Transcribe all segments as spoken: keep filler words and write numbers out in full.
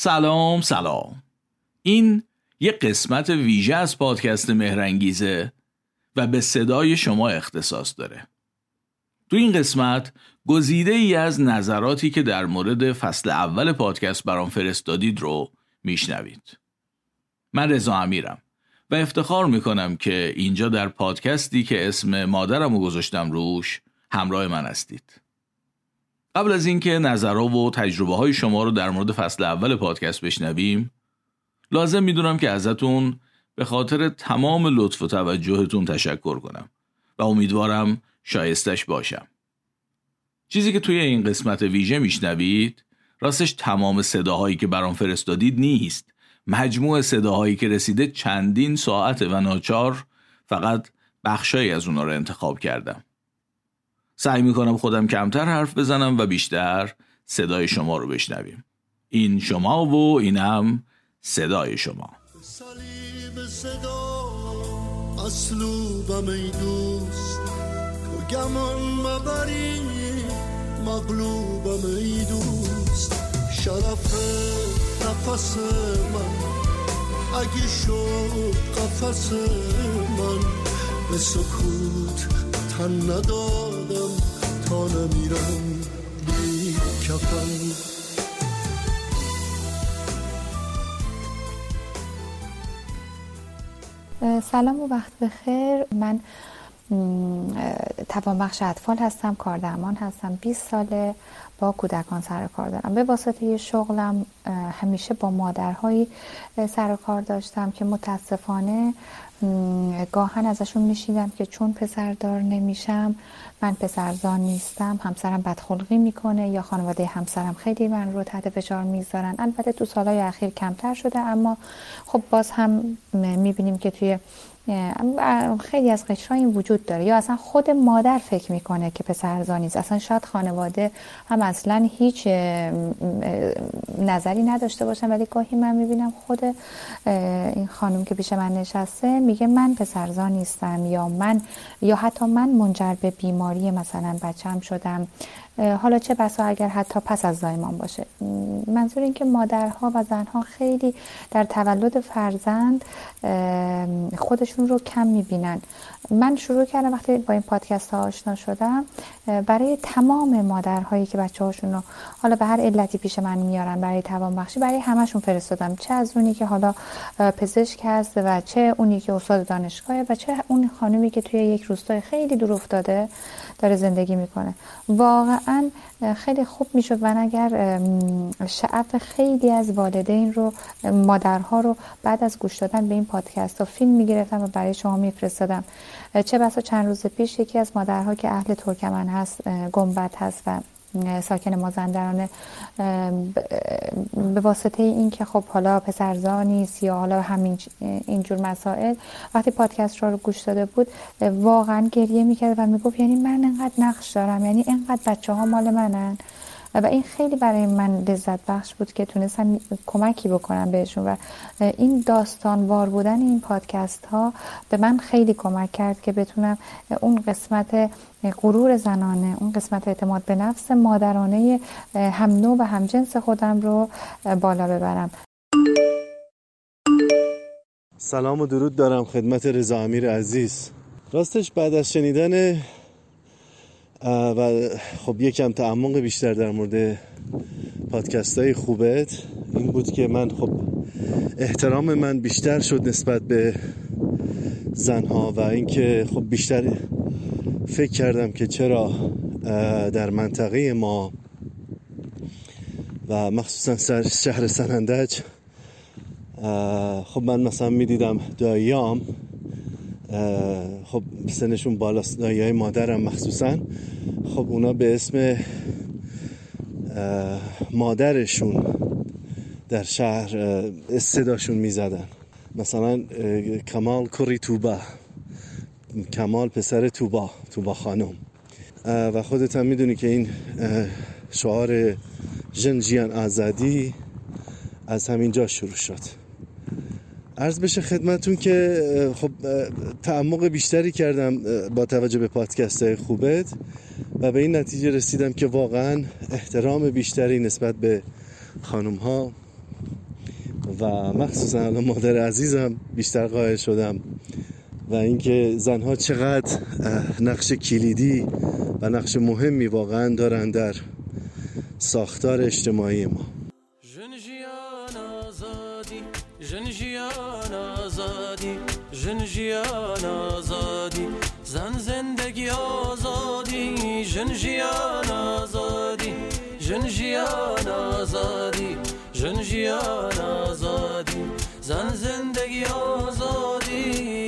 سلام سلام. این یک قسمت ویژه از پادکست مهرانگیزه و به صدای شما اختصاص داره. تو این قسمت گزیده ای از نظراتی که در مورد فصل اول پادکست برام فرستادید رو میشنوید. من رضا امیرم و افتخار میکنم که اینجا در پادکستی که اسم مادرمو گذاشتم روش همراه من هستید. قبل از اینکه نظرها و تجربه های شما رو در مورد فصل اول پادکست بشنویم، لازم میدونم که ازتون به خاطر تمام لطف و توجهتون تشکر کنم و امیدوارم شایستش باشم. چیزی که توی این قسمت ویژه میشنوید راستش تمام صداهایی که برام فرستادید نیست. مجموع صداهایی که رسیده چندین ساعت و ناچار فقط بخشایی از اونا رو انتخاب کردم. سعی میکنم خودم کمتر حرف بزنم و بیشتر صدای شما رو بشنویم. این شما و اینم صدای شما. صلیب صدا اسلوبم ای دوست، تو گمان مبری مغلوبم ای دوست. شرف نفس من اگه شد قفس من، به سکوت تن ندادم تا نمیرم بی کفن. سلام و وقت بخیر. من توانبخش اطفال هستم، کاردرمان هستم، بیست ساله با کودکان سر کار دارم. به واسطه شغلم همیشه با مادرهایی سر کار داشتم که متاسفانه گاهن ازشون میشیدم که چون پسردار نمیشم، من پسرزا نیستم، همسرم بدخلقی میکنه یا خانواده همسرم خیلی من رو تحت فشار میذارن. البته تو سالهای اخیر کمتر شده، اما خب باز هم میبینیم که توی خیلی از قشرها این وجود داره. یا اصلا خود مادر فکر میکنه که پسرزا نیست، اصلا شاید خانواده هم اصلا هیچ نظری نداشته باشن، ولی گاهی من میبینم خود این خانم که پیش من نشسته میگه من پسرزا نیستم، یا من یا حتی من منجر به بیماری مثلا بچه‌م شدم، حالا چه بسا اگر حتی پس از زایمان باشه. منظور این که مادرها و زنها خیلی در تولد فرزند خودشون رو کم میبینن. من شروع کردم وقتی با این پادکست ها آشنا شدم، برای تمام مادرهایی که بچه هاشون رو حالا به هر علتی پیش من میارن برای توانبخشی، برای همشون فرستادم، چه از اونی که حالا پزشک هست و چه اونی که استاد دانشگاهه و چه اون خانومی که توی یک روستای خیلی دور افتاده داره زندگی میکنه. واقعا خیلی خوب میشد من اگر شعف خیلی از والدین رو، مادرها رو بعد از گوش دادن به این پادکست ها فیلم میگرفتم و برای شما میفرستادم. چه بسا چند روز پیش یکی از مادرها که اهل ترکمن هست، گنبد هست و ساکن مازندران، به واسطه این که خب حالا پسرزا نیست یا حالا همین اینجور مسائل، وقتی پادکست رو گوش داده بود واقعا گریه میکرد و میگفت یعنی من اینقدر نقش دارم، یعنی اینقدر بچه ها مال منن. و این خیلی برای من لذت بخش بود که تونستم کمکی بکنم بهشون و این داستانوار بودن این پادکست ها به من خیلی کمک کرد که بتونم اون قسمت غرور زنانه، اون قسمت اعتماد به نفس مادرانه هم نوع و هم جنس خودم رو بالا ببرم. سلام و درود دارم خدمت رضا امیر عزیز. راستش بعد از شنیدن و خب یکم تعمق بیشتر در مورد پادکست های خوبت این بود که من خب احترام من بیشتر شد نسبت به زنها و اینکه خب بیشتر فکر کردم که چرا در منطقه ما و مخصوصا شهر سنندج خب من مثلا میدیدم داییام خب سنشون بالاست، داییای مادرم مخصوصا، خب اونا به اسم مادرشون در شهر صداشون میزدن، مثلا کمال کری توبا، کمال پسر توبا، توبا خانم. و خودت هم میدونی که این شعار جنجیان آزادی از همین جا شروع شد. عرض بشه خدمتون که خب تعمق بیشتری کردم با توجه به پادکست های خوبت و به این نتیجه رسیدم که واقعا احترام بیشتری نسبت به خانم ها و مخصوصا الان مادر عزیزم بیشتر قائل شدم و اینکه زنها چقدر نقش کلیدی و نقش مهمی واقعا دارن در ساختار اجتماعی ما. جنجیان آزادی جنجیان آزادی زن زندگی آزادی جنجیان آزادی جنجیان آزادی جنجیان آزادی زن زندگی آزادی.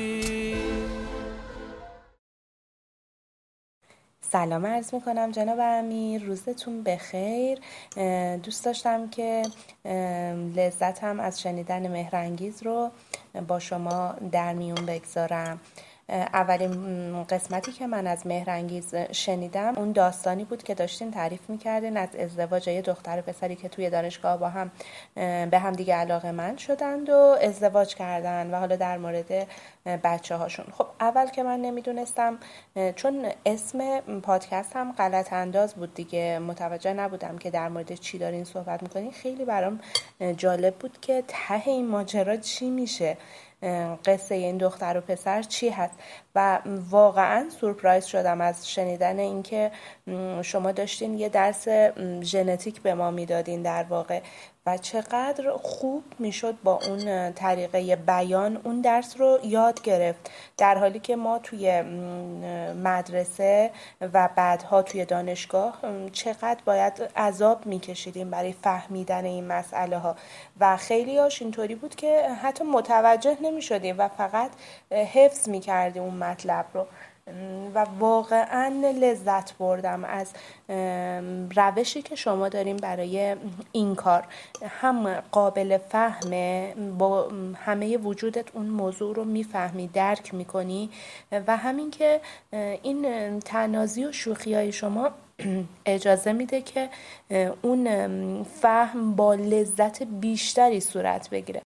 سلام عرض می کنم جناب امیر، روزتون بخیر. دوست داشتم که لذتم از شنیدن مهرانگیز رو با شما در میون بگذارم. اولین قسمتی که من از مهرانگیز شنیدم اون داستانی بود که داشتین تعریف میکردین از ازدواج یه دختر و پسری که توی دانشگاه با هم به هم دیگه علاقه‌مند شدند و ازدواج کردن و حالا در مورد بچه هاشون. خب اول که من نمیدونستم، چون اسم پادکست هم غلط انداز بود دیگه، متوجه نبودم که در مورد چی دارین صحبت میکنین. خیلی برام جالب بود که ته این ماجرا چی میشه، قصه این دختر و پسر چی هست و واقعا سورپرایز شدم از شنیدن اینکه شما داشتین یه درس ژنتیک به ما میدادین در واقع و چقدر خوب میشد با اون طریقه بیان اون درس رو یاد گرفت، در حالی که ما توی مدرسه و بعدها توی دانشگاه چقدر باید عذاب میکشیدیم برای فهمیدن این مسئله ها و خیلی هاش اینطوری بود که حتی متوجه نمیشدیم و فقط حفظ میکردیم اون مطلب رو و واقعا لذت بردم از روشی که شما داریم برای این کار. هم قابل فهمه، با همه وجودت اون موضوع رو میفهمی، درک میکنی و همین که این تنازی و شوخی های شما اجازه میده که اون فهم با لذت بیشتری صورت بگیره.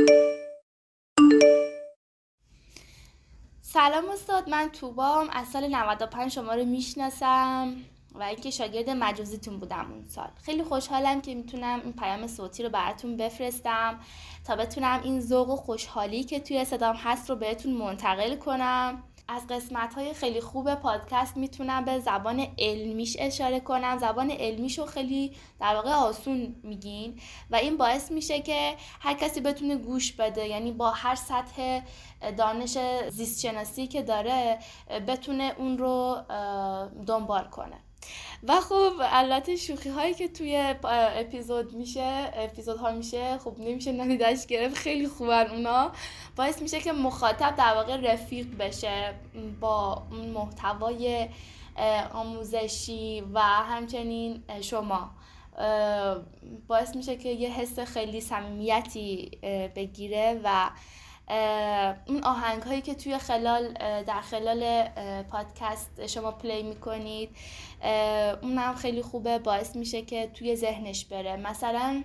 سلام استاد، من توبام، از سال نود و پنج شما رو میشناسم و اینکه شاگرد مجازیتون بودم اون سال. خیلی خوشحالم که میتونم این پیام صوتی رو براتون بفرستم تا بتونم این ذوق و خوشحالی که توی صدام هست رو بهتون منتقل کنم. از قسمت‌های خیلی خوب پادکست میتونم به زبان علمیش اشاره کنم. زبان علمیشو خیلی در واقع آسون میگین و این باعث میشه که هر کسی بتونه گوش بده، یعنی با هر سطح دانش زیست شناسی که داره بتونه اون رو دنبال کنه. و خب البته شوخی هایی که توی اپیزود میشه اپیزودها میشه خب نمیشه ندیدش گرفت، خیلی خوبن اونا، باعث میشه که مخاطب در واقع رفیق بشه با اون محتوای آموزشی و همچنین شما، باعث میشه که یه حس خیلی صمیمیتی بگیره و اون آهنگ هایی که توی خلال در خلال پادکست شما پلی میکنید اونم خیلی خوبه، باعث میشه که توی ذهنش بره. مثلا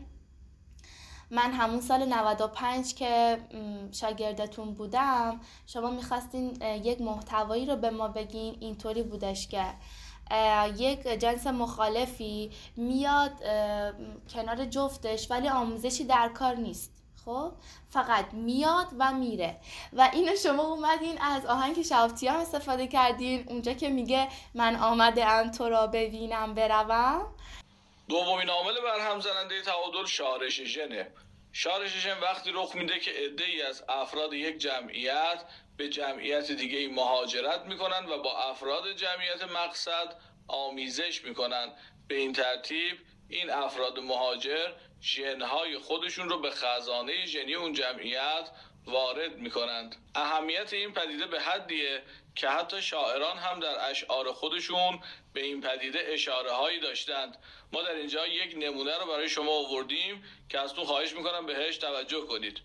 من همون سال نود و پنج که شاگردتون بودم، شما میخواستین یک محتوایی رو به ما بگین، اینطوری بودش که یک جنس مخالفی میاد کنار جفتش ولی آموزشی در کار نیست، خب فقط میاد و میره و اینو شما اومدین از آهنگ شهاب‌تیام استفاده کردین اونجا که میگه من آمده‌ام تو را ببینم بروم. دومین عامل برهم زننده تعادل شارش ژنه. شارش ژن وقتی رخ میده که عده‌ای از افراد یک جمعیت به جمعیت دیگه مهاجرت میکنن و با افراد جمعیت مقصد آمیزش میکنن. به این ترتیب این افراد مهاجر ژن‌های خودشون رو به خزانه ژنی اون جمعیت وارد میکنند. اهمیت این پدیده به حدیه که حتی شاعران هم در اشعار خودشون به این پدیده اشاره هایی داشتند. ما در اینجا یک نمونه رو برای شما آوردیم که از تو خواهش میکنم بهش توجه کنید.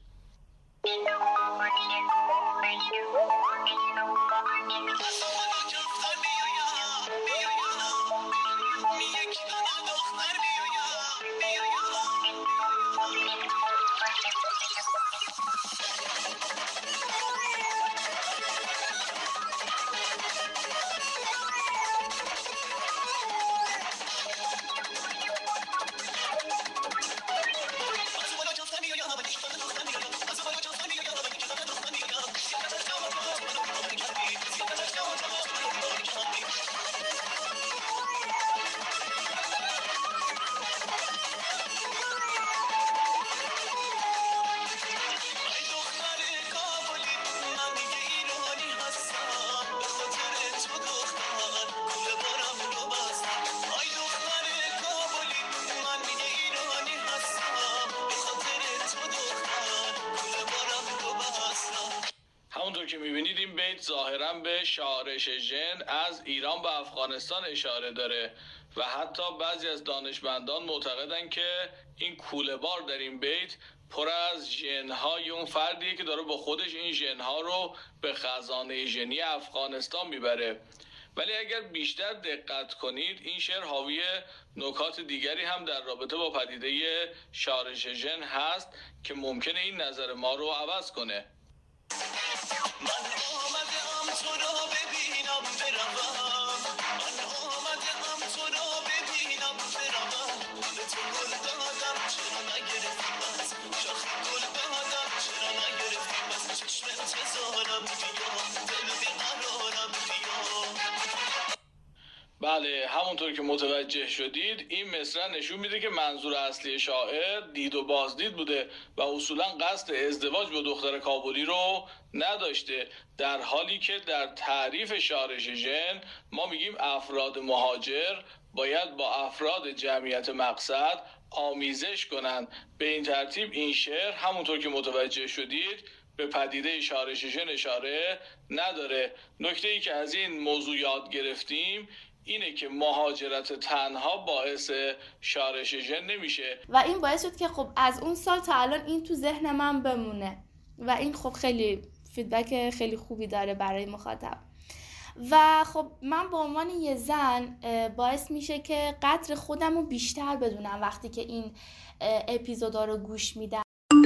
بیت ظاهراً به شارش ژن از ایران به افغانستان اشاره داره و حتی بعضی از دانشمندان معتقدن که این کوله بار در این بیت پر از ژن‌های اون فردیه که داره با خودش این ژن‌ها رو به خزانه ژنی افغانستان میبره. ولی اگر بیشتر دقت کنید این شعر حاوی نکات دیگری هم در رابطه با پدیده شارش ژن هست که ممکنه این نظر ما رو عوض کنه. من آمدم تو را ببینم بروم، من آمدم تو را ببینم بروم، به تو گل دادم چرا نگرفتم از شاخ گل دادم چرا نگرفتم از چشم انتظارم بیا دل بیقرارم بیا. بله همونطور که متوجه شدید این مصرع نشون میده که منظور اصلی شاعر دید و بازدید بوده و اصولا قصد ازدواج با دختر کابلی رو نداشته، در حالی که در تعریف شارش ژن ما میگیم افراد مهاجر باید با افراد جمعیت مقصد آمیزش کنند. به این ترتیب این شعر همونطور که متوجه شدید به پدیده شارش ژن اشاره نداره. نکته ای که از این موضوع یاد گرفتیم اینه که مهاجرت تنها باعث شارش ژن نمیشه و این باعث شد که خب از اون سال تا الان این تو ذهن من بمونه و این خب خیلی فیدبک خیلی خوبی داره برای مخاطب. و خب من به عنوان یه زن باعث میشه که قدر خودم رو بیشتر بدونم وقتی که این اپیزودا رو گوش میدم.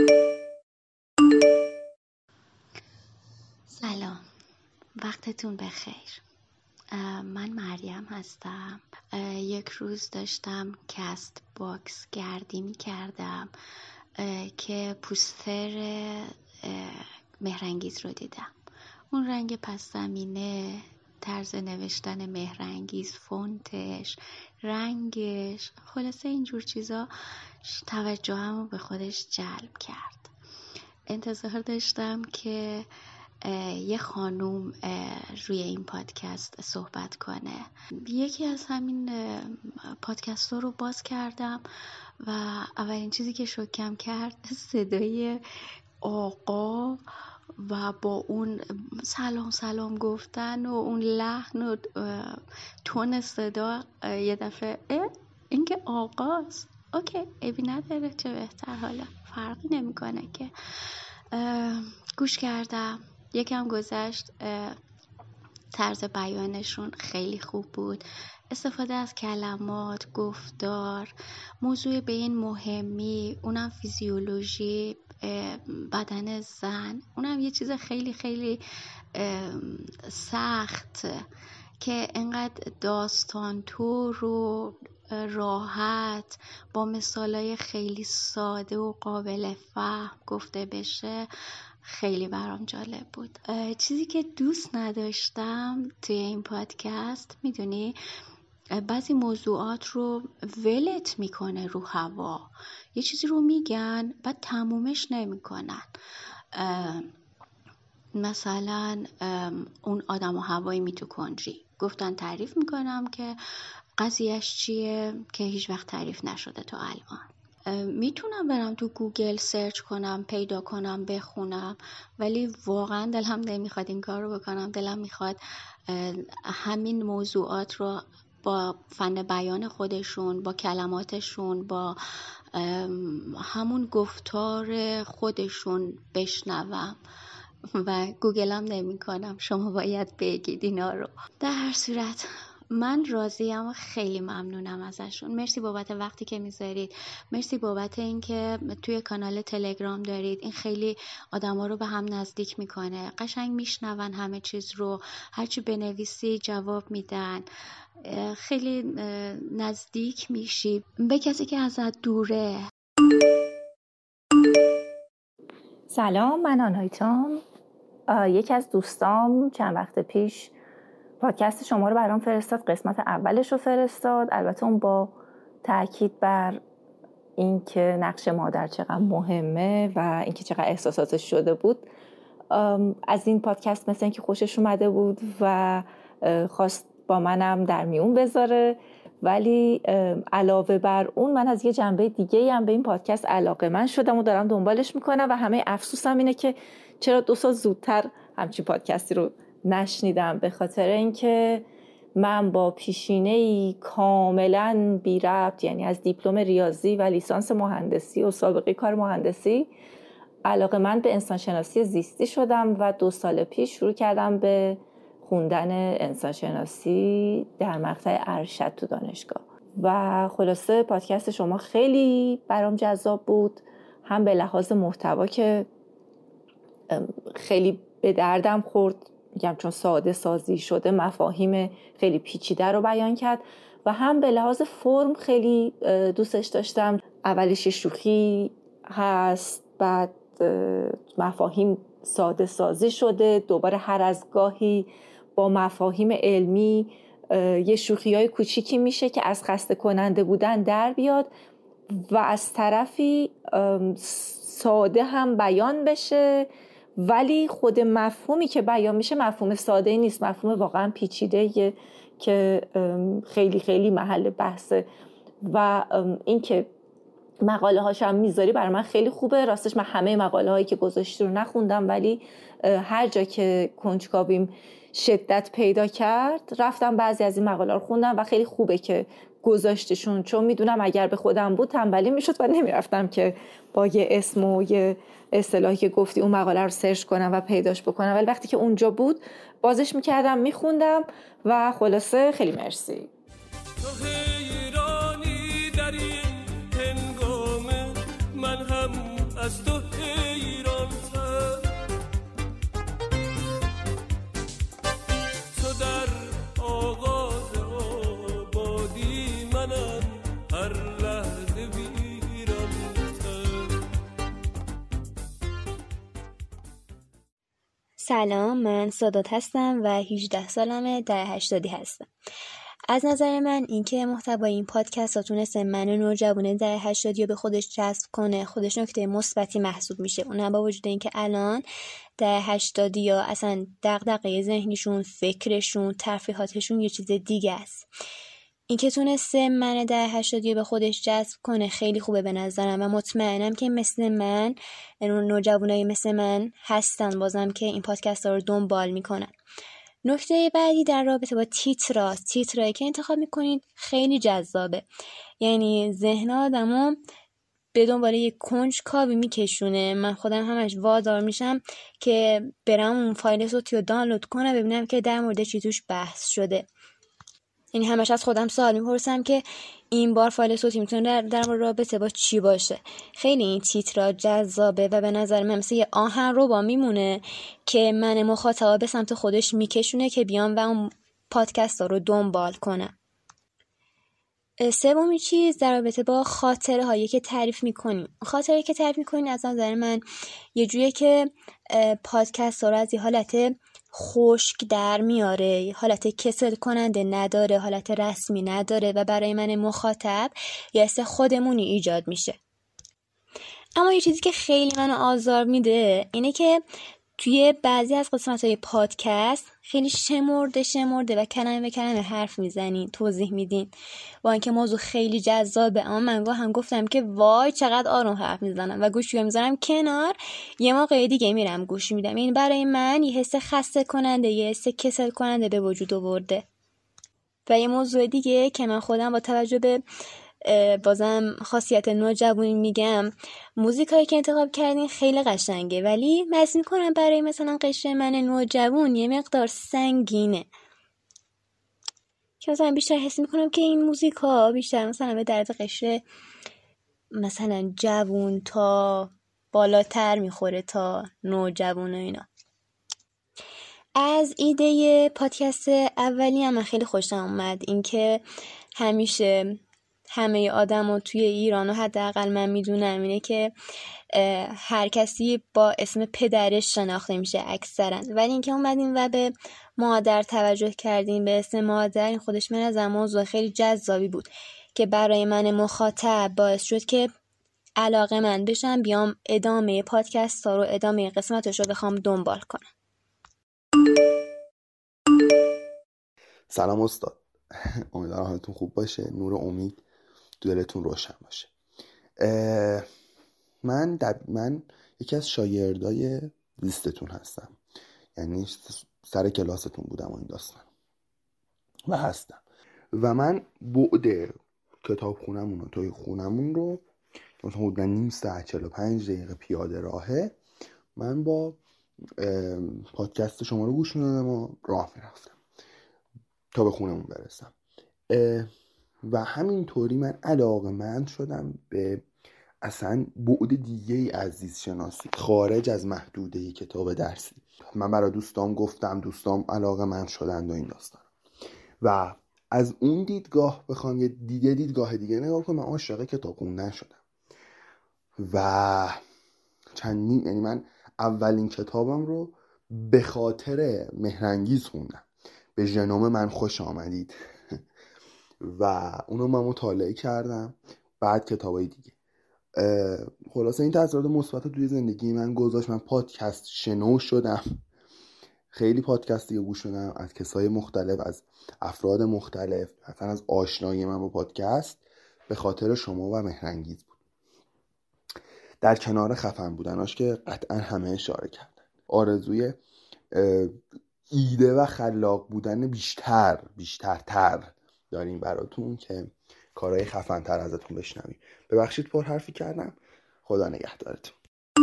سلام، وقتتون بخیر. من مریم هستم. یک روز داشتم کست باکس گردی می کردم که پوستر مهرنگیز رو دیدم. اون رنگ پس زمینه، طرز نوشتن مهرنگیز، فونتش، رنگش، خلاصه اینجور چیزا توجهم رو به خودش جلب کرد. انتظار داشتم که یه خانوم روی این پادکست صحبت کنه. یکی از همین پادکست رو باز کردم و اولین چیزی که شوکم کرد صدای آقا و با اون سلام سلام گفتن و اون لحن و تون صدا. یه دفعه این که آقاست، اوکی عیبی نداره، چه بهتر، حالا فرقی نمیکنه که. گوش کردم، یکم گذشت، طرز بیانشون خیلی خوب بود، استفاده از کلمات، گفتار، موضوع به این مهمی، اونم فیزیولوژی بدن زن، اونم یه چیز خیلی خیلی سخت که انقدر داستان طور و راحت با مثالای خیلی ساده و قابل فهم گفته بشه خیلی برام جالب بود. چیزی که دوست نداشتم توی این پادکست، میدونی بعضی موضوعات رو ولت میکنه رو هوا، یه چیزی رو میگن بعد تمومش نمیکنن. مثلا اون آدم و هوای میتوکندری گفتن تعریف میکنم که قضیهش چیه که هیچ وقت تعریف نشده تا الان. میتونم برم تو گوگل سرچ کنم، پیدا کنم، بخونم، ولی واقعا دلم نمیخواد این کار رو بکنم. دلم میخواد همین موضوعات رو با فن بیان خودشون، با کلماتشون، با همون گفتار خودشون بشنوم و گوگلم نمی کنم. شما باید بگید اینا رو. در هر صورت من راضیم و خیلی ممنونم ازشون. مرسی بابت وقتی که میذارید، مرسی بابت این که توی کانال تلگرام دارید. این خیلی آدما رو به هم نزدیک میکنه، قشنگ میشنون همه چیز رو، هرچی بنویسی جواب میدن، خیلی نزدیک میشی به کسی که ازت دوره. سلام، من آنایتام. یکی از دوستام چند وقت پیش پادکست شما رو برام فرستاد، قسمت اولش رو فرستاد، البته اون با تاکید بر اینکه نقش مادر چقدر مهمه و اینکه چقدر احساساتش شده بود. از این پادکست مثلا اینکه خوشش اومده بود و خواست با منم در میون بذاره، ولی علاوه بر اون من از یه جنبه دیگه هم به این پادکست علاقه من شدم و دارم دنبالش میکنم و همه افسوسم اینه که چرا دو سال زودتر همچین پادکستی رو نشنیدم، به خاطر اینکه من با پیشینه‌ای کاملاً بی ربط، یعنی از دیپلم ریاضی و لیسانس مهندسی و سابقه کار مهندسی، علاقه‌مند به انسانشناسی زیستی شدم و دو سال پیش شروع کردم به خوندن انسانشناسی در مقطع ارشد تو دانشگاه. و خلاصه پادکست شما خیلی برام جذاب بود، هم به لحاظ محتوا که خیلی به دردم خورد، میگم چون ساده سازی شده، مفاهیم خیلی پیچیده رو بیان کرد، و هم به لحاظ فرم خیلی دوستش داشتم. اولش شوخی هست، بعد مفاهیم ساده سازی شده، دوباره هر از گاهی با مفاهیم علمی یه شوخی‌های کوچیکی میشه که از خسته کننده بودن در بیاد و از طرفی ساده هم بیان بشه، ولی خود مفهومی که بیان میشه مفهوم ساده نیست، مفهوم واقعا پیچیده که خیلی خیلی محل بحثه. و این که مقاله هاشم میذاری برای من خیلی خوبه. راستش من همه مقاله هایی که گذاشتی رو نخوندم، ولی هر جا که کنجکاویم شدت پیدا کرد رفتم بعضی از این مقاله رو خوندم و خیلی خوبه که گذاشتشون، چون میدونم اگر به خودم بود تنبلی میشد و نمیرفتم که با یه اسم و یه اصطلاحی که گفتی اون مقاله رو سرچ کنم و پیداش بکنم، ولی وقتی که اونجا بود بازش میکردم میخوندم و خلاصه خیلی مرسی. من هم از تو حیران‌تر، تو در آغاز آبادی، منم هر لحظه ویران‌تر. سلام، من سادات هستم و هجده سالمه، در هشتادی هستم. از نظر من اینکه محتوای این پادکست ها تونسته من نوجوانه در هشتادی به خودش جذب کنه، خودش نکته مثبتی محسوب میشه. اون هم با وجود اینکه الان در هشتادی یا اصلا دغدغه ذهنیشون، فکرشون، تفریحاتشون یه چیز دیگه است. اینکه تونسته من در هشتادی به خودش جذب کنه خیلی خوبه به نظرم و مطمئنم که مثل من، نوجوانای مثل من هستن بازم که این پادکست ها رو دنبال میکنن. نکته بعدی در رابطه با تیترا، تیترایی که انتخاب میکنید خیلی جذابه، یعنی ذهن آدمو به دنبال یک کنجکاوی میکشونه. من خودم همش وادار میشم که برم اون فایل صوتی رو دانلود کنم ببینم که در مورد چی توش بحث شده. یعنی همش از خودم سوال میپرسم که این بار فایل صوتی میتونه در, در مورد رابطه با چی باشه. خیلی این تیترا جذابه و به نظر من مثل یه آهن رو با میمونه که من مخاطبا به سمت خودش میکشونه که بیام و اون پادکست ها رو دنبال کنم. سومین چیز در رابطه با خاطره هایی که تعریف میکنیم. خاطره که تعریف میکنیم از نظر من یه جوریه که پادکست ها رو از یه حالت خشک در میاره، حالت کسل کننده نداره، حالت رسمی نداره و برای من مخاطب یه حس خودمونی ایجاد میشه. اما یه چیزی که خیلی منو آزار میده اینه که توی بعضی از قسمت‌های پادکست خیلی شمرده شمرده و کلمه به کلمه حرف میزنین، توضیح میدین با اینکه موضوع خیلی جذابه، اما من هم گفتم که وای چقدر آروم حرف میزنم و گوشیو میذارم کنار، یه موقع دیگه میرم گوش میدم. این برای من یه حس خسته کننده، یه حس کسل کننده به وجود آورده. و یه موضوع دیگه که من خودم با توجه به بازم خاصیت نوجوانی میگم، موزیکایی که انتخاب کردین خیلی قشنگه، ولی مزه میکنم برای مثلا قشر من نوجوان یه مقدار سنگینه، که مثلا بیشتر حس میکنم که این موزیکا بیشتر مثلا به درد قشر مثلا جوون تا بالاتر میخوره تا نوجوان و اینا. از ایده پادکست اولی هم من خیلی خوشم اومد، اینکه همیشه همه آدمو توی ایران و حداقل من میدونم اینه که هر کسی با اسم پدرش شناخته میشه اکثرا، ولی اینکه اومدین و به مادر توجه کردین، به اسم مادر، این خودش من از موضوع خیلی جذابی بود که برای من مخاطب باعث شد که علاقه من بشم بیام ادامه پادکست ها رو، ادامه قسمتش رو بخوام دنبال کنم. سلام استاد، امیدوارم حالتون خوب باشه، نور امید دلتون روشن باشه. من دب... من یکی از شاگردای لیستتون هستم، یعنی سر کلاستون بودم و این داستان و هستم. و من بعد کتاب خونمون و توی خونمون رو مثلا حدودا نیم ساعت چهل و پنج دقیقه پیاده راهه من با پادکست شما رو گوش میدادم و راه میرفتم تا به خونمون برسم. و همینطوری من علاقه‌مند شدم به اصلا بعد دیگه ای از زیست شناسی خارج از محدوده کتاب درسی. من برای دوستام گفتم، دوستام علاقه‌مند شدند و این داستان. و از اون دیدگاه بخوام یه دیگه دیدگاه دیگه نگاه کنم، من عاشق کتاب خوندن شدم و چندین یعنی من اولین کتابم رو به خاطر مهرنگیز خوندم، به ژنوم من خوش آمدید و اونو من مطالعه کردم. بعد کتابای دیگه خلاصه این تاثیرات مثبت توی زندگی من گذاشت. من پادکست شنو شدم، خیلی پادکست دیگه گوش شدم از کسای مختلف، از افراد مختلف، مثلا از آشنایی من با پادکست به خاطر شما و مهرنگیز بود. در کنار خفن بودناش که قطعا همه اشاره کردن، آرزوی ایده و خلاق بودن بیشتر بیشترتر داریم براتون که کارهای خفن تر ازتون بشنویم. ببخشید پر حرفی کردم، خدا نگهدارتون.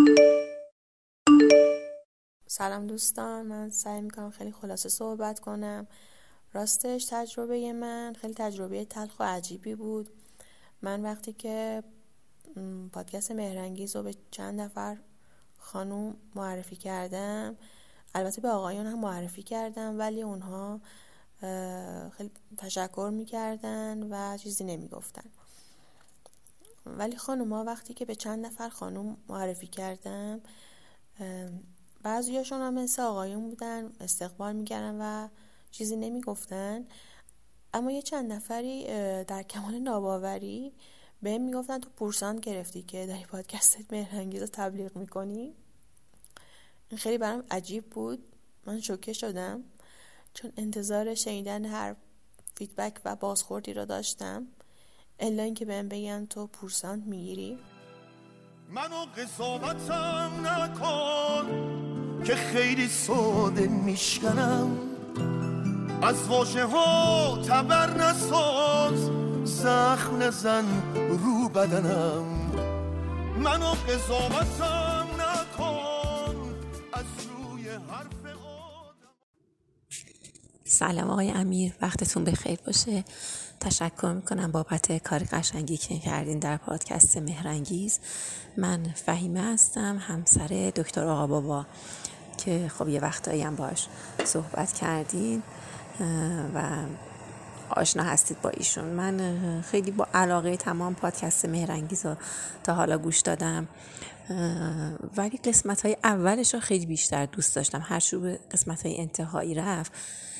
سلام دوستان، من سعی میکنم خیلی خلاصه صحبت کنم. راستش تجربه من خیلی تجربه تلخ و عجیبی بود. من وقتی که پادکست مهرنگیز رو به چند نفر خانوم معرفی کردم، البته به آقایان هم معرفی کردم، ولی اونها خیلی تشکر میکردن و چیزی نمیگفتن. ولی خانوما وقتی که به چند نفر خانوم معرفی کردم، بعضیاشون هم مثل آقایون بودن، استقبال میکردن و چیزی نمیگفتن. اما یه چند نفری در کمال ناباوری بهم میگفتن تو پورسانت گرفتی که داری پادکست مهرنگیز رو تبلیغ میکنی. این خیلی برام عجیب بود، من شوکه شدم چون انتظار شنیدن هر فیدبک و بازخوردی رو داشتم، الا اینکه بهم بگن تو پورسانت میگیری. منو قضاوتم نکن که خیلی ساده میشکنم، از واژه ها تبر نساز، زخم نزن رو بدنم. منو قضاوتم نکن از روی حرف آدم. سلام آقای امیر، وقتتون بخیر باشه. تشکر میکنم بابت کار قشنگی که کردین در پادکست مهرنگیز. من فهیمه هستم، همسر دکتر آقا بابا که خب یه وقتایی هم باش صحبت کردین و آشنا هستید با ایشون. من خیلی با علاقه تمام پادکست مهرنگیز رو تا حالا گوش دادم، ولی قسمت های اولش رو خیلی بیشتر دوست داشتم. هر شو به قسمت های انتهایی رفت،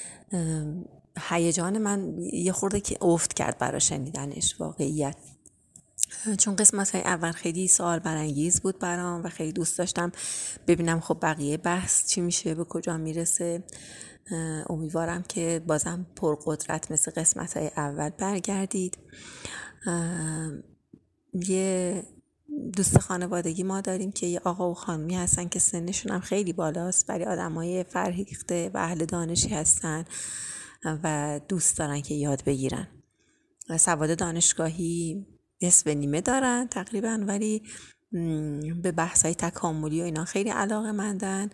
هیجان من یه خورده که افت کرد برای شنیدنش واقعیت، چون قسمت های اول خیلی سوال برانگیز بود برام و خیلی دوست داشتم ببینم خب بقیه بحث چی میشه، به کجا میرسه. امیدوارم که بازم پرقدرت مثل قسمت های اول برگردید. یه دوست خانوادگی ما داریم که یه آقا و خانمی هستن که سنشون هم خیلی بالاست، ولی آدم های فرهیخته و اهل دانشی هستن و دوست دارن که یاد بگیرن. سواد دانشگاهی نصف نیمه دارن تقریبا، ولی به بحث‌های تکاملی و اینا خیلی علاقه مندن.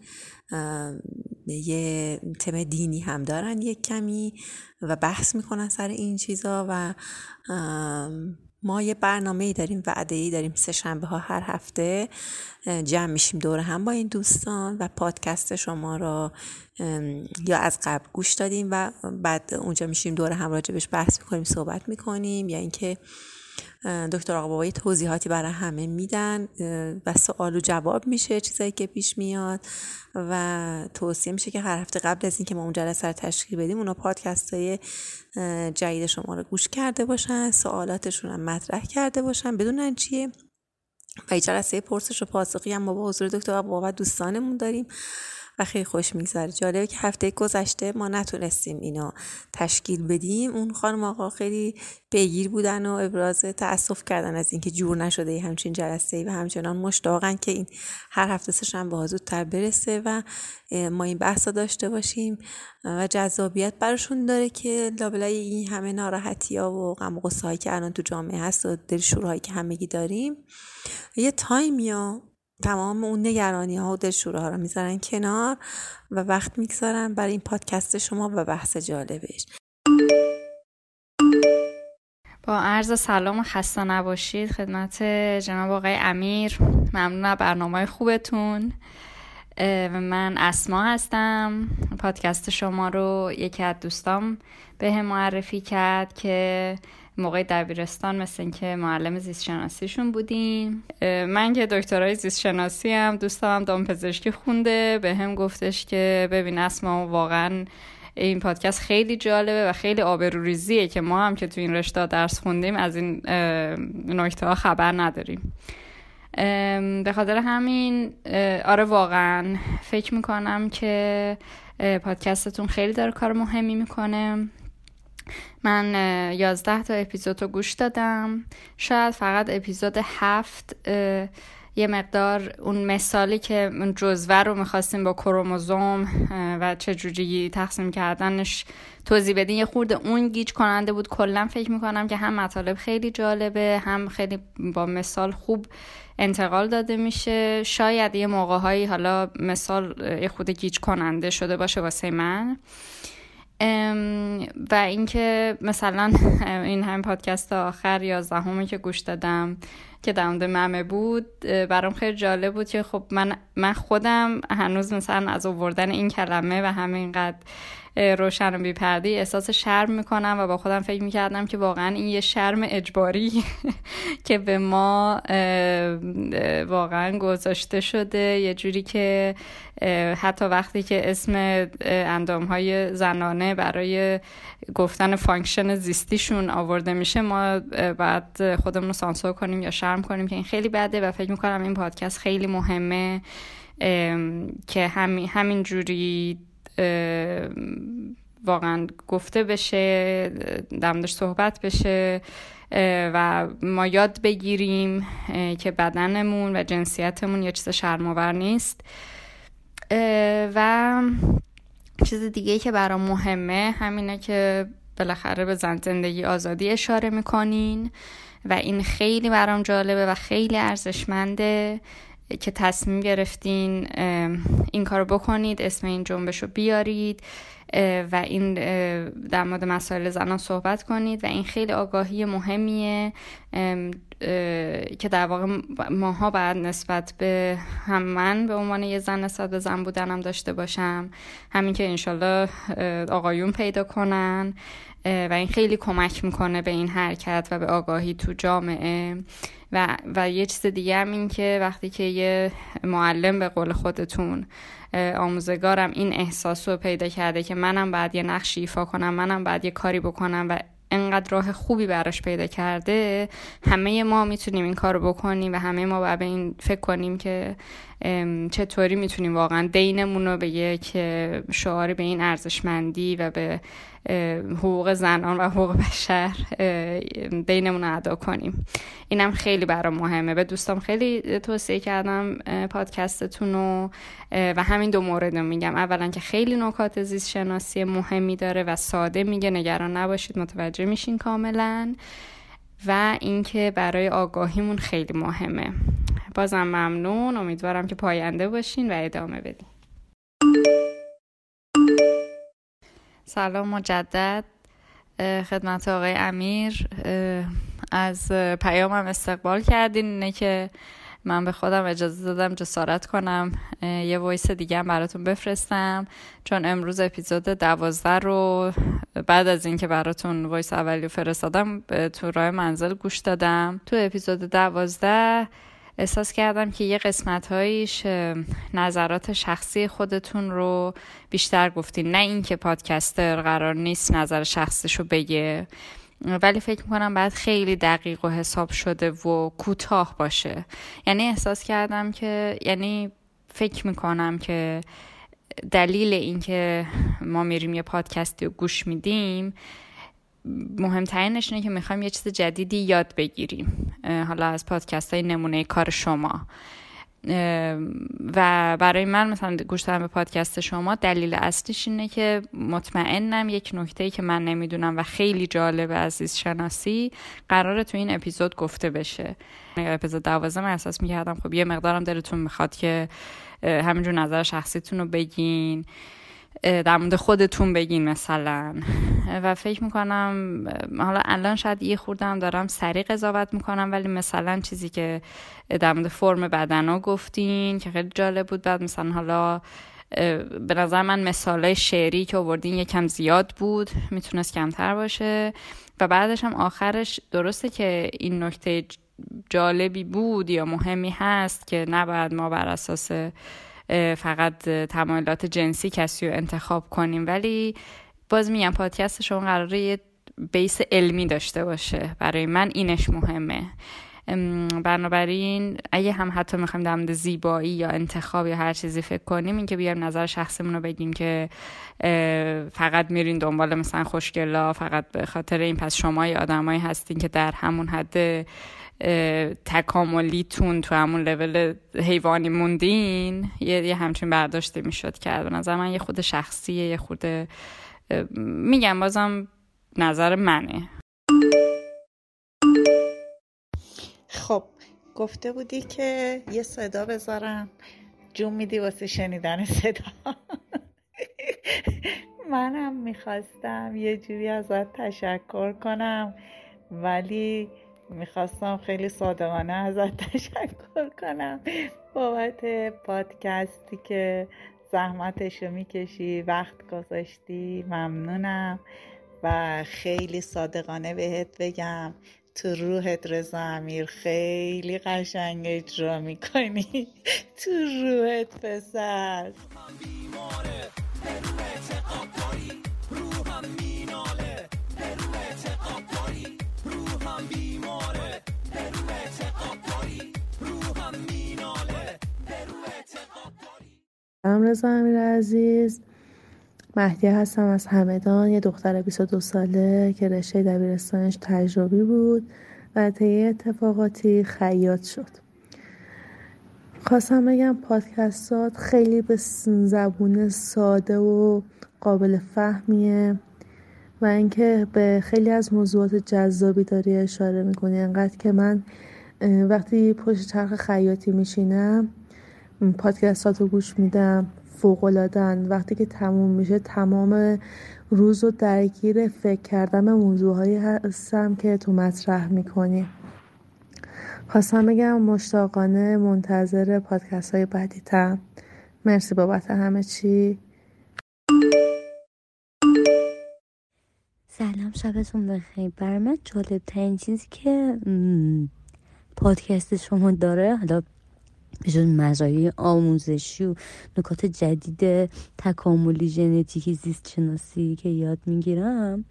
یه تم دینی هم دارن یک کمی و بحث میکنن سر این چیزا و ما یه برنامه‌ای داریم، وعده‌ای داریم، سه شنبه ها هر هفته جمع میشیم دور هم با این دوستان و پادکست شما رو یا از قبل گوش دادیم و بعد اونجا میشیم دور هم راجبش بحث میکنیم، صحبت میکنیم، یا اینکه دکتر آقا بابا توضیحاتی برای همه میدن و سوال و جواب میشه چیزایی که پیش میاد و توصیه میشه که هر هفته قبل از این که ما اون جلسه رو تشکیل بدیم اونا پادکست های جدید شما رو گوش کرده باشن، سوالاتشون هم مطرح کرده باشن بدونن چیه. و این جلسه پرسش و پاسخی هم ما با حضور دکتر آقا بابا دوستانمون داریم و خیلی خوش میگذره. جالبه که هفته گذشته ما نتونستیم اینو تشکیل بدیم. اون خانم آقا خیلی پیگیر بودن و ابراز تأسف کردن از اینکه جور نشده همچین جلسه‌ای و همچنان مشتاقن که این هر هفته سه شنبه زودتر برسه و ما این بحثا داشته باشیم و جذابیت براشون داره که لابلای این همه ناراحتی‌ها و غم و غصه‌هایی که الان تو جامعه هست و دلشورهایی که همگی داریم، یه تایمیا تمام اون نگرانی ها و دلشوره ها رو میذارن کنار و وقت میگذارن برای این پادکست شما و بحث جالبش. با عرض سلام و خسته نباشید خدمت جناب آقای امیر. ممنون از برنامه خوبتون. من اسما هستم. پادکست شما رو یکی از دوستام به هم معرفی کرد که موقع دبیرستان مثل این که معلم زیست شناسیشون بودیم. من که دکترای زیست شناسی هم دوستم هم دامپزشکی خونده، به هم گفتش که ببین اسما واقعا این پادکست خیلی جالبه و خیلی آبروریزیه که ما هم که تو این رشته درس خوندیم از این نکته ها خبر نداریم. به خاطر همین آره واقعا فکر میکنم که پادکستتون خیلی داره کار مهمی میکنه. من یازده تا اپیزود رو گوش دادم. شاید فقط اپیزود هفت یه مقدار اون مثالی که اون جزوه رو میخواستیم با کروموزوم و چجوری تقسیم کردنش توضیح بدین یه خورده اون گیج کننده بود. کلا فکر میکنم که هم مطالب خیلی جالبه، هم خیلی با مثال خوب انتقال داده میشه. شاید یه موقع‌هایی حالا مثال یه خورده گیج کننده شده باشه واسه من. و اینکه مثلا این هم پادکست آخر یازدهمی که گوش دادم که در مورد ممه بود، برام خیلی جالب بود که خب من من خودم هنوز مثلا از آوردن این کلمه و همینقدر روشن و بی‌پرده احساس شرم میکنم و با خودم فکر میکردم که واقعا این یه شرم اجباری که به ما واقعا گذاشته شده، یه جوری که حتی وقتی که اسم اندامهای زنانه برای گفتن فانکشن زیستیشون آورده میشه ما باید خودمون رو سانسور کنیم یا شرم کنیم که این خیلی بده. و فکر میکنم این پادکست خیلی مهمه که همین همین جوری واقعا گفته بشه، در موردش صحبت بشه و ما یاد بگیریم که بدنمون و جنسیتمون یه چیز شرم‌آور نیست. و چیز دیگه که برام مهمه همینه که بالاخره به زن زندگی آزادی اشاره میکنین و این خیلی برام جالبه و خیلی ارزشمنده که تصمیم گرفتین این کارو بکنید، اسم این جنبش رو بیارید و این در مورد مسائل زنان صحبت کنید و این خیلی آگاهی مهمیه که در واقع ماها باید نسبت به هم من به عنوان یه زن نسبت به زن بودنم داشته باشم، همین که انشالله آقایون پیدا کنن و این خیلی کمک میکنه به این حرکت و به آگاهی تو جامعه. و و یه چیز دیگه هم این که وقتی که یه معلم به قول خودتون آموزگارم این احساس رو پیدا کرده که منم باید یه نقشی ایفا کنم، منم باید یه کاری بکنم و انقدر راه خوبی براش پیدا کرده، همه ما میتونیم این کار رو بکنیم و همه ما باید به این فکر کنیم که چطوری میتونیم واقعا دینمون رو به یک شعاری به این ارزشمندی و به حقوق زنان و حقوق بشر دینمون رو ادا کنیم. اینم خیلی برام مهمه. به دوستام خیلی توصیه کردم پادکستتون رو و همین دو مورد رو میگم. اولا که خیلی نکات زیست شناسی مهمی داره و ساده میگه، نگران نباشید متوجه میشین کاملا. و اینکه برای آگاهیمون خیلی مهمه. بازم ممنون، امیدوارم که پاینده باشین و ادامه بدین. سلام مجدد خدمت آقای امیر. از پیامم استقبال کردین، اینه که من به خودم اجازه دادم جسارت کنم یه وایس دیگه هم براتون بفرستم، چون امروز اپیزود دوازده رو بعد از اینکه براتون وایس اولی رو فرستادم تو راه منزل گوش دادم. تو اپیزود دوازده احساس کردم که یه قسمت هایش نظرات شخصی خودتون رو بیشتر گفتین، نه این که پادکستر قرار نیست نظر شخصیشو بگه، ولی فکر میکنم باید خیلی دقیق و حساب شده و کوتاه باشه. یعنی احساس کردم که یعنی فکر میکنم که دلیل اینکه ما میریم یه پادکستی رو گوش میدیم مهمترینش اینه که میخوایم یه چیز جدیدی یاد بگیریم، حالا از پادکست های نمونه کار شما. و برای من مثلا گوش دادن به پادکست شما دلیل اصلیش اینه که مطمئنم یک نکته‌ای که من نمیدونم و خیلی جالبه از زیست شناسی قراره تو این اپیزود گفته بشه. اپیزود دوازده من احساس میکردم خب یه مقدارم دلتون میخواد که همینجور نظر شخصیتون رو بگین، در مورد خودتون بگین مثلا. و فکر میکنم حالا الان شاید یه خوردم دارم سریع قضاوت میکنم، ولی مثلا چیزی که در مورد فرم بدنا گفتین که خیلی جالب بود، بعد مثلا حالا به نظر من مثالای شعری که آوردین یکم زیاد بود، میتونست کمتر باشه. و بعدش هم آخرش درسته که این نکته جالبی بود یا مهمی هست که نباید ما بر اساس فقط تمایلات جنسی کسی رو انتخاب کنیم، ولی باز میگم پادکست شما قراره یه بیس علمی داشته باشه. برای من اینش مهمه. بنابراین اگه هم حتی میخوایم در مورد زیبایی یا انتخاب یا هر چیزی فکر کنیم، این که بیایم نظر شخصمون رو بگیم که فقط میرین دنبال مثلا خوشگلا فقط به خاطر این، پس شما یه آدمایی هستین که در همون حد تکاملیتون تو همون لول حیوانی موندین، یه, یه همچین برداشتی میشد کرد. به نظر من یه خود شخصیه، یه خود میگم بازم نظر منه. خب گفته بودی که یه صدا بذارم، جون میدی واسه شنیدن صدا. منم میخواستم یه جوری ازت تشکر کنم، ولی میخواستم خیلی صادقانه ازت تشکر کنم بابت پادکستی که زحمتشو میکشی، وقت گذاشتی، ممنونم. و خیلی صادقانه بهت بگم تو روحت رضا امیر خیلی قشنگ اجرا میکنی. تو روحت پسر. سلام رضا امیر عزیز، مهدی هستم از همدان، یه دختر بیست و دو ساله که رشته دبیرستانش تجربی بود و طی اتفاقاتی خیاط شد. خواستم بگم پادکستات خیلی به زبون ساده و قابل فهمیه و اینکه به خیلی از موضوعات جذابی داری اشاره میکنی، انقدر که من وقتی پشت چرخ خیاطی میشینم پادکستاتو گوش میدم، فوق‌العاده‌اند. وقتی که تموم میشه تمام روز رو درگیر فکر کردن به موضوعهایی هستم که تو مطرح میکنی. خواستم بگم مشتاقانه منتظر پادکست های بعدیتم. مرسی بابت همه چی. سلام، شبتون بخیر. بر من جالب ترین چیزی که پادکست شما داره، حالا بجز مزایای آموزشی و نکات جدید تکاملی، ژنتیکی، زیست شناسی که یاد میگیرم،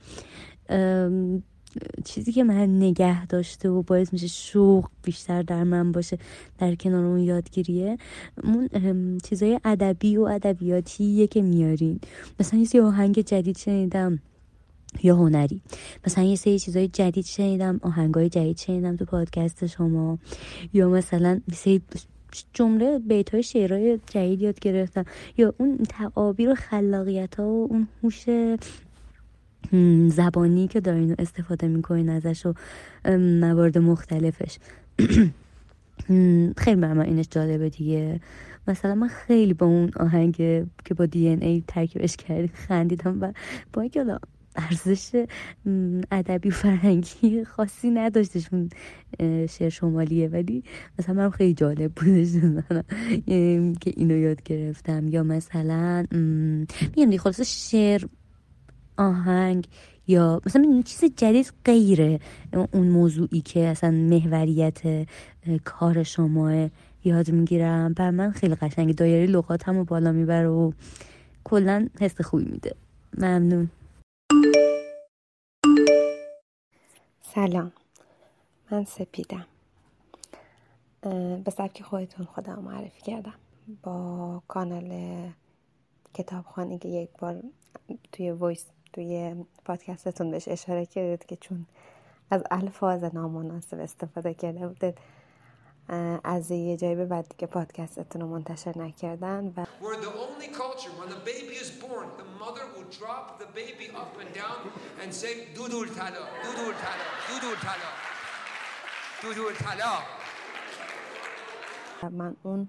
چیزی که من نگه داشته و باعث میشه شوق بیشتر در من باشه در کنار اون یادگیریه، اون چیزای ادبی و ادبیاتیه که میارین. مثلا یه سری آهنگ جدید شنیدم یا هنری، مثلا یه سری چیزای جدید شنیدم، آهنگای جدید شنیدم تو پادکست شما، یا مثلا یه سری جمله بیت‌های شعرهای جدید یاد گرفتم، یا اون تعابیر و خلاقیت ها و اون هوش زبانی که دارین استفاده میکنین ازش و موارد مختلفش. خیلی برای من اینش جالبه دیگه. مثلا من خیلی با اون آهنگ که با دی ان ای ترکیبش کردیم خندیدم و با اینکه ارزش ادبی و فرهنگی خاصی نداشتش اون شعر شمالیه، ولی مثلا من خیلی جالب بودش که اینو یاد گرفتم. یا مثلا میگم دیگه خلاصه شعر، آهنگ، یا مثلا چیز جدید غیره اون موضوعی که اصلا محوریت کار شما یاد میگیرم. بر من خیلی قشنگه، دایره لغاتمو بالا میبره و کلا حس خوبی میده. ممنون. سلام، من سپیدم. به سبک خودتون خودم معرفی کردم. با کانال کتابخوانی که یک بار توی وایس توی پادکستتون بهش اشاره کردید که چون از الفاظ نامناسب استفاده کرده بودید از یه جایی به بعد دیگه پادکستتون رو منتشر نکردن. و We're the only culture when the baby is born, the mother will drop the baby up and down and say dudul tala, dudul tala, dudul tala, dudul tala. من اون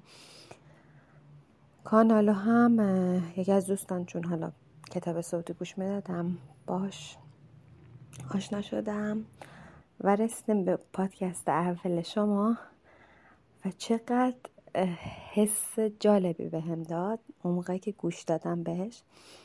کانالو هم یکی از دوستان چون حالا کتاب صوتی گوش میدادم باش آشنا شدم و رسیدیم به پادکست اول شما و چقدر حس جالبی به هم داد اون موقعی که گوش دادم بهش.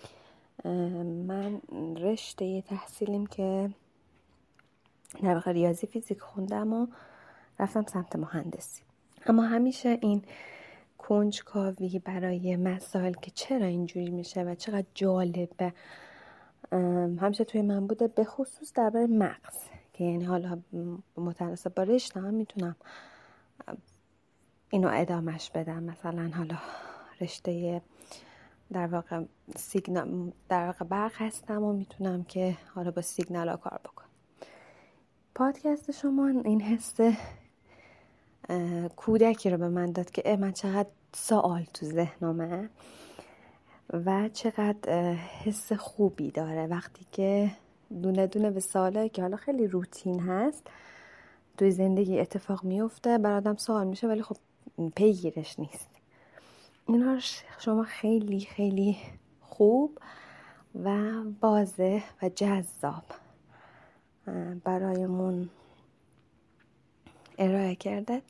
من رشته تحصیلیم که در واقع ریاضی فیزیک خوندم و رفتم سمت مهندسی، اما همیشه این کنجکاوی برای مسائل که چرا اینجوری میشه و چقدر جالبه همیشه توی من بوده، به خصوص درباره مغز که یعنی حالا متناسب با رشته هم میتونم اینو ادامش بدم. مثلا حالا رشته در واقع سیگنال در واقع برق هستم و میتونم که حالا با سیگنال ها کار بکنم. پادکست شما این حس کودکی رو به من داد که من چقدر سوال تو ذهنمه و چقدر حس خوبی داره وقتی که دونه دونه به سوالایی که حالا خیلی روتین هست توی زندگی اتفاق میفته بر آدم سوال میشه ولی خب پیگیرش نیست. اینا رو شما خیلی خیلی خوب و واضح و جذاب برایمون ارائه کرده.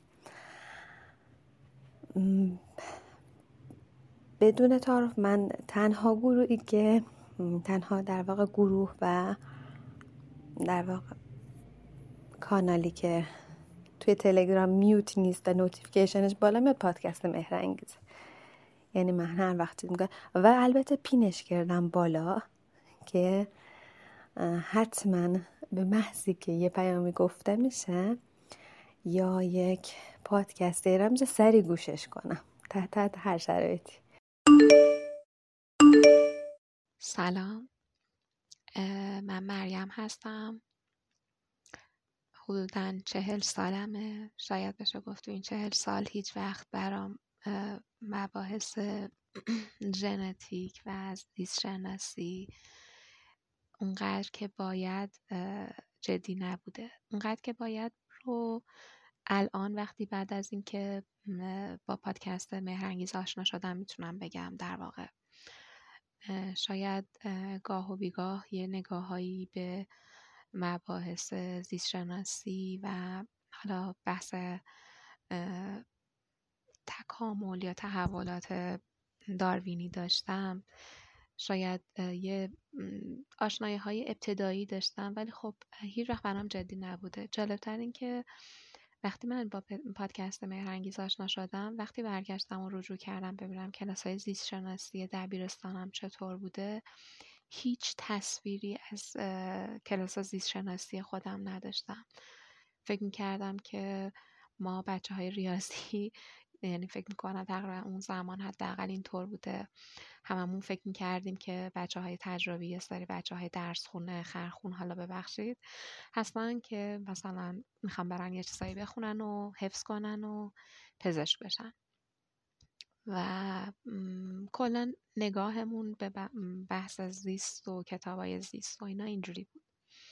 بدون تعارف من تنها گروهی که تنها در واقع گروه و در واقع کانالی که توی تلگرام میوت نیست و نوتیفیکیشنش بالا میاد پادکست مهرانگیز. یعنی من هر وقتی میگم و البته پینش کردم بالا که حتما به محضی که یه پیامی گفته میشه یا یک پادکست ایران میشه سری گوشش کنم تحت تحت هر شرایطی. سلام، من مریم هستم. حدوداً چهل سالمه. شاید بشه گفت تو این چهل سال هیچ وقت برام مباحث ژنتیک و زیست شناسی اونقدر که باید جدی نبوده. اونقدر که باید رو الان وقتی بعد از این که با پادکست مهرانگیز آشنا شدم میتونم بگم در واقع شاید گاه و بیگاه یه نگاهایی به مباحث زیست شناسی و حالا بحث تکامل یا تحولات داروینی داشتم، شاید یه آشنایی های ابتدایی داشتم ولی خب هیچ وقت برام جدی نبوده. جالبتر این که وقتی من با پادکست مهرانگیز آشنا شدم، وقتی برگشتم و رجوع کردم ببینم کلاس‌های زیست شناسی دبیرستانم چطور بوده، هیچ تصویری از کلاس زیست شناسی خودم نداشتم. فکر می‌کردم که ما بچه‌های ریاضی، یعنی فکر می‌کنم تقریبا اون زمان حداقل اینطور بوده، هممون فکر می‌کردیم که بچه‌های تجربی یه سری بچه‌های درس خونه خرخون حالا ببخشید هستن که مثلا میخوام برن یه چیزایی بخونن و حفظ کنن و پزشک بشن و کلا نگاهمون به بحث زیست و کتابای زیست و اینا اینجوری بود.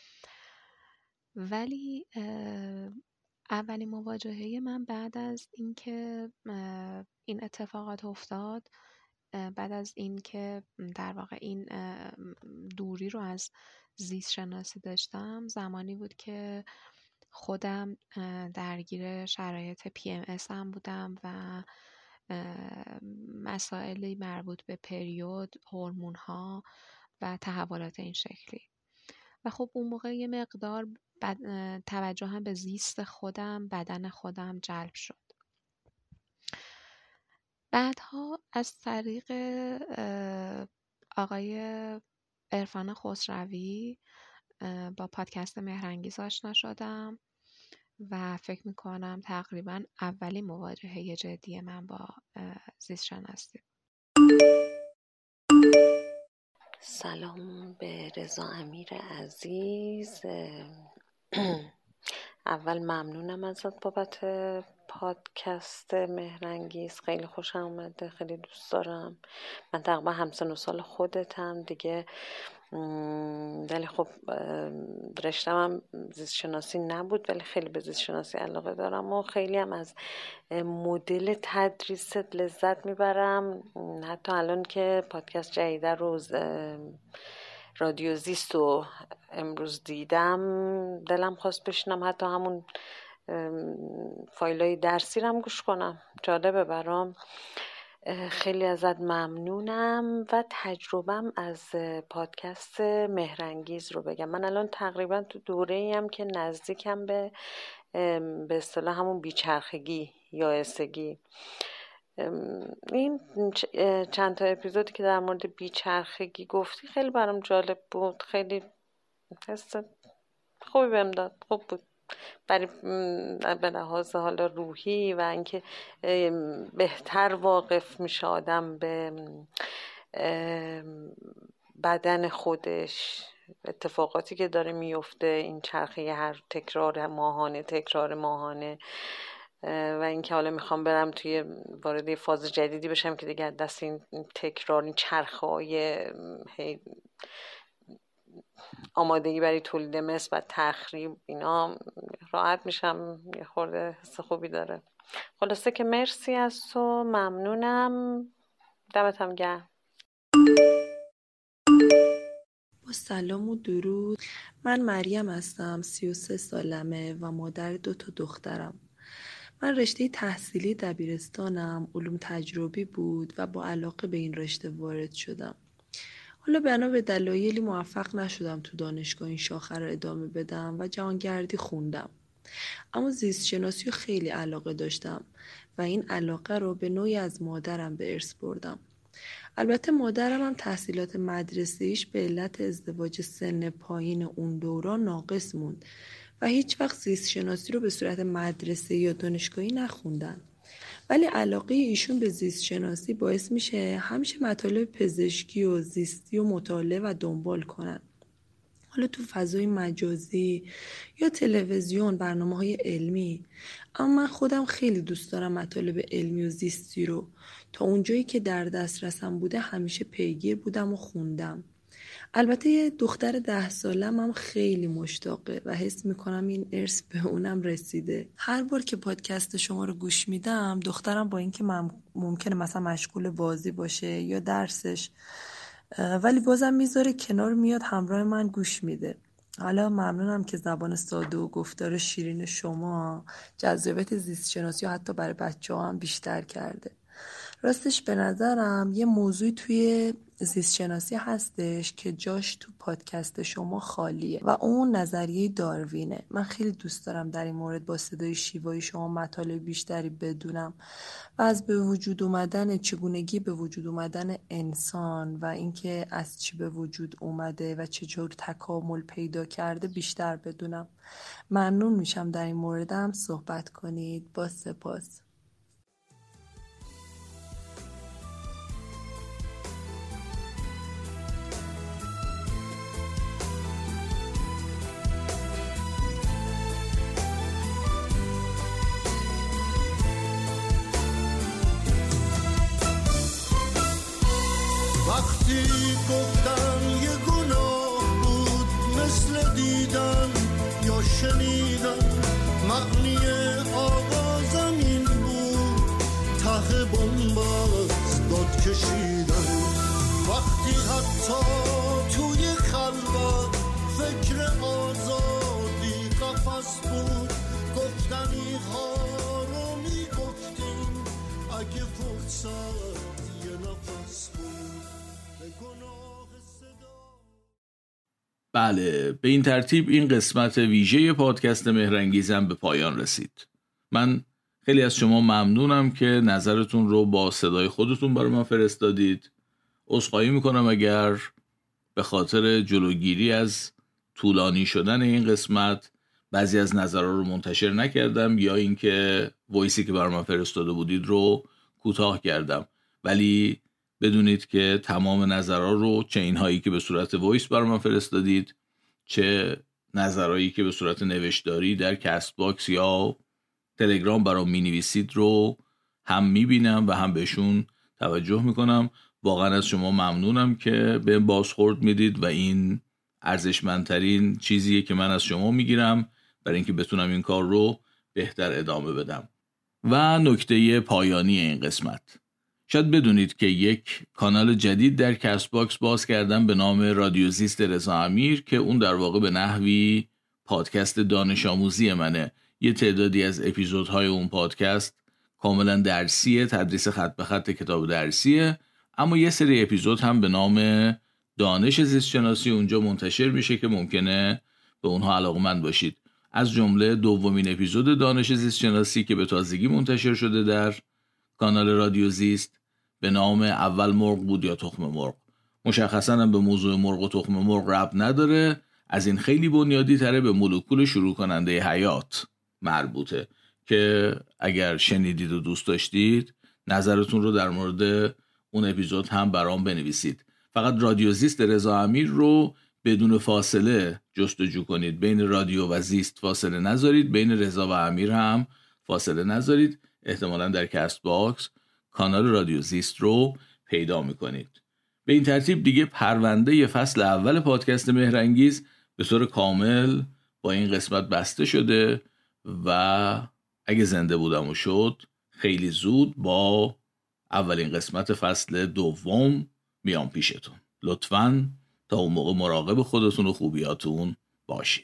ولی اولین مواجهه من بعد از اینکه این اتفاقات افتاد، بعد از اینکه در واقع این دوری رو از زیست شناسی داشتم، زمانی بود که خودم درگیر شرایط پی ام اس هم بودم و مسائلی مربوط به پریود، هورمون ها و تحولات این شکلی. و خب اون موقع یه مقدار توجه هم به زیست خودم، بدن خودم جلب شد. بعدها از طریق آقای عرفان خسروی با پادکست مهرانگیز آشنا شدم و فکر میکنم تقریبا اولین مواجهه جدی من با زیست شناسی. سلام به رضا امیر عزیز. اول ممنونم ازت بابت پادکست مهرنگیز، خیلی خوشم اومده، خیلی دوست دارم. من تقریبا همسن و سال خودتم دیگه، ولی خب رشتم هم زیست شناسی نبود، ولی خیلی به زیست شناسی علاقه دارم و خیلی هم از مدل تدریست لذت میبرم. حتی الان که پادکست جدیده روز رادیو زیست رو امروز دیدم دلم خواست بشینم حتی همون فایلای درسی رو هم گوش کنم، جالبه برام. خیلی ازت ممنونم و تجربم از پادکست مهرنگیز رو بگم. من الان تقریبا تو دوره‌ای ام که نزدیکم به به اصطلاح همون بیچرخگی یا استگی. این چند تا اپیزودی که در مورد بیچرخگی گفتی خیلی برام جالب بود، خیلی حس خوبی بهم داد، خوب بود برای به لحاظ حالا روحی و اینکه بهتر واقف میشه آدم به بدن خودش، اتفاقاتی که داره میفته، این چرخه هر تکرار ماهانه تکرار ماهانه و اینکه حالا میخوام برم توی وارد فاز جدیدی بشم که دیگه دست این تکرار، این چرخه‌های آمادگی برای تولید مثل و تخریب اینا راحت میشم، یه خورده حس خوبی داره. خلاصه که مرسی از تو، ممنونم، دمت هم گرم. با سلام و درود، من مریم هستم، سی و سه سالمه و مادر دو تا دخترم. من رشته تحصیلی دبیرستانم علوم تجربی بود و با علاقه به این رشته وارد شدم. حالا بنا به دلایلی موفق نشدم تو دانشگاه این شاخه رو ادامه بدم و جهانگردی خوندم. اما زیست شناسی رو خیلی علاقه داشتم و این علاقه رو به نوعی از مادرم به ارث بردم. البته مادرم هم تحصیلات مدرسه‌ایش به علت ازدواج سن پایین اون دوران ناقص موند و هیچ وقت زیست شناسی رو به صورت مدرسه‌ای یا دانشگاهی نخوندن. ولی علاقه ایشون به زیست شناسی باعث میشه همیشه مطالب پزشکی و زیستی و مطالعه و دنبال کنن. حالا تو فضای مجازی یا تلویزیون، برنامه‌های علمی. اما من خودم خیلی دوست دارم مطالب علمی و زیستی رو، تا اونجایی که در دسترسم بوده همیشه پیگیر بودم و خوندم. البته یه دختر ده سالم هم خیلی مشتاقه و حس میکنم این ارث به اونم رسیده. هر بار که پادکست شما رو گوش میدم دخترم با اینکه ممکنه مثلا مشغول بازی باشه یا درسش، ولی بازم میذاره کنار، میاد همراه من گوش میده. حالا ممنونم که زبان ساده و گفتار شیرین شما جذابیت زیست شناسی و حتی برای بچه ها هم بیشتر کرده. راستش به نظرم یه موضوعی توی زیست شناسی هستش که جاش تو پادکست شما خالیه و اون نظریه داروینه. من خیلی دوست دارم در این مورد با صدای شیوایی شما مطالب بیشتری بدونم و از به وجود اومدن، چگونگی به وجود اومدن انسان و اینکه از چی به وجود اومده و چجور تکامل پیدا کرده بیشتر بدونم. ممنون میشم در این مورد هم صحبت کنید. با سپاس. وقتی گفتن یه گناه بود مثل دیدن یا شنیدن، معنی آغازم این بود ته بنبست داد کشیدن. وقتی حتی توی خلوت فکر آزادی قفس بود، گفتنی ها رو میگفتیم اگه فرصت یه نفس بود. بله، به این ترتیب این قسمت ویژه پادکست مهرنگیزم به پایان رسید. من خیلی از شما ممنونم که نظرتون رو با صدای خودتون برای من فرستادید. عذرخواهی میکنم اگر به خاطر جلوگیری از طولانی شدن این قسمت بعضی از نظرها رو منتشر نکردم یا اینکه وایسی که برای من فرستاده بودید رو کوتاه کردم، ولی بدونید که تمام نظرها رو، چه اینهایی که به صورت وایس برام فرستادید، چه نظرهایی که به صورت نوشتاری در کست باکس یا تلگرام برام می‌نویسید رو هم می‌بینم و هم بهشون توجه می‌کنم. واقعا از شما ممنونم که به بازخورد میدید و این ارزشمندترین چیزیه که من از شما میگیرم برای اینکه بتونم این کار رو بهتر ادامه بدم. و نکته پایانی این قسمت، شاید بدونید که یک کانال جدید در کست باکس باز کردم به نام رادیو زیست رضا امیر که اون در واقع به نحوی پادکست دانش آموزی منه. یه تعدادی از اپیزودهای اون پادکست کاملا درسیه، تدریس خط به خط کتاب درسیه، اما یه سری اپیزود هم به نام دانش زیست شناسی اونجا منتشر میشه که ممکنه به اونها علاقمند باشید. از جمله دومین اپیزود دانش زیست شناسی که به تازگی منتشر شده در کانال رادیو زیست به نام اول مرغ بود یا تخم مرغ. مشخصاً هم به موضوع مرغ و تخم مرغ ربط نداره، از این خیلی بنیادی تره به مولکول شروع کننده حیات مربوطه که اگر شنیدید و دوست داشتید نظرتون رو در مورد اون اپیزود هم برام بنویسید. فقط رادیو زیست رضا امیر رو بدون فاصله جستجو کنید، بین رادیو و زیست فاصله نذارید، بین رضا و امیر هم فاصله نذارید. احتمالاً در کست باکس کانال رادیو زیست رو پیدا میکنید. به این ترتیب دیگه پرونده فصل اول پادکست مهرانگیز به طور کامل با این قسمت بسته شده و اگه زنده بودم و شد خیلی زود با اولین قسمت فصل دوم میام پیشتون. لطفاً تا اون موقع مراقب خودتون و خوبیاتون باشید.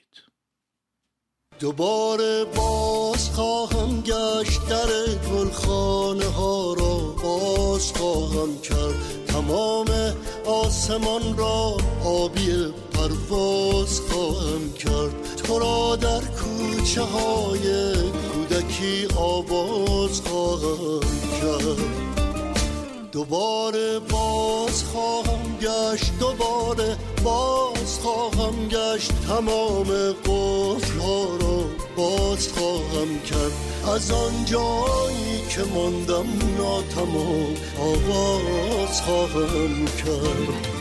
دوباره باز خواهم گشت، در گلخانه ها را باز خواهم کرد، تمام آسمان را آبی پرواز خواهم کرد، تو را در کوچه های کودکی آواز خواهم کرد. دوباره باز خواهم گشت، دوباره باز خواهم گشت، تمام قفل‌ها را باز خواهم کرد، از آن جایی که ماندم ناتمام آغاز خواهم کرد.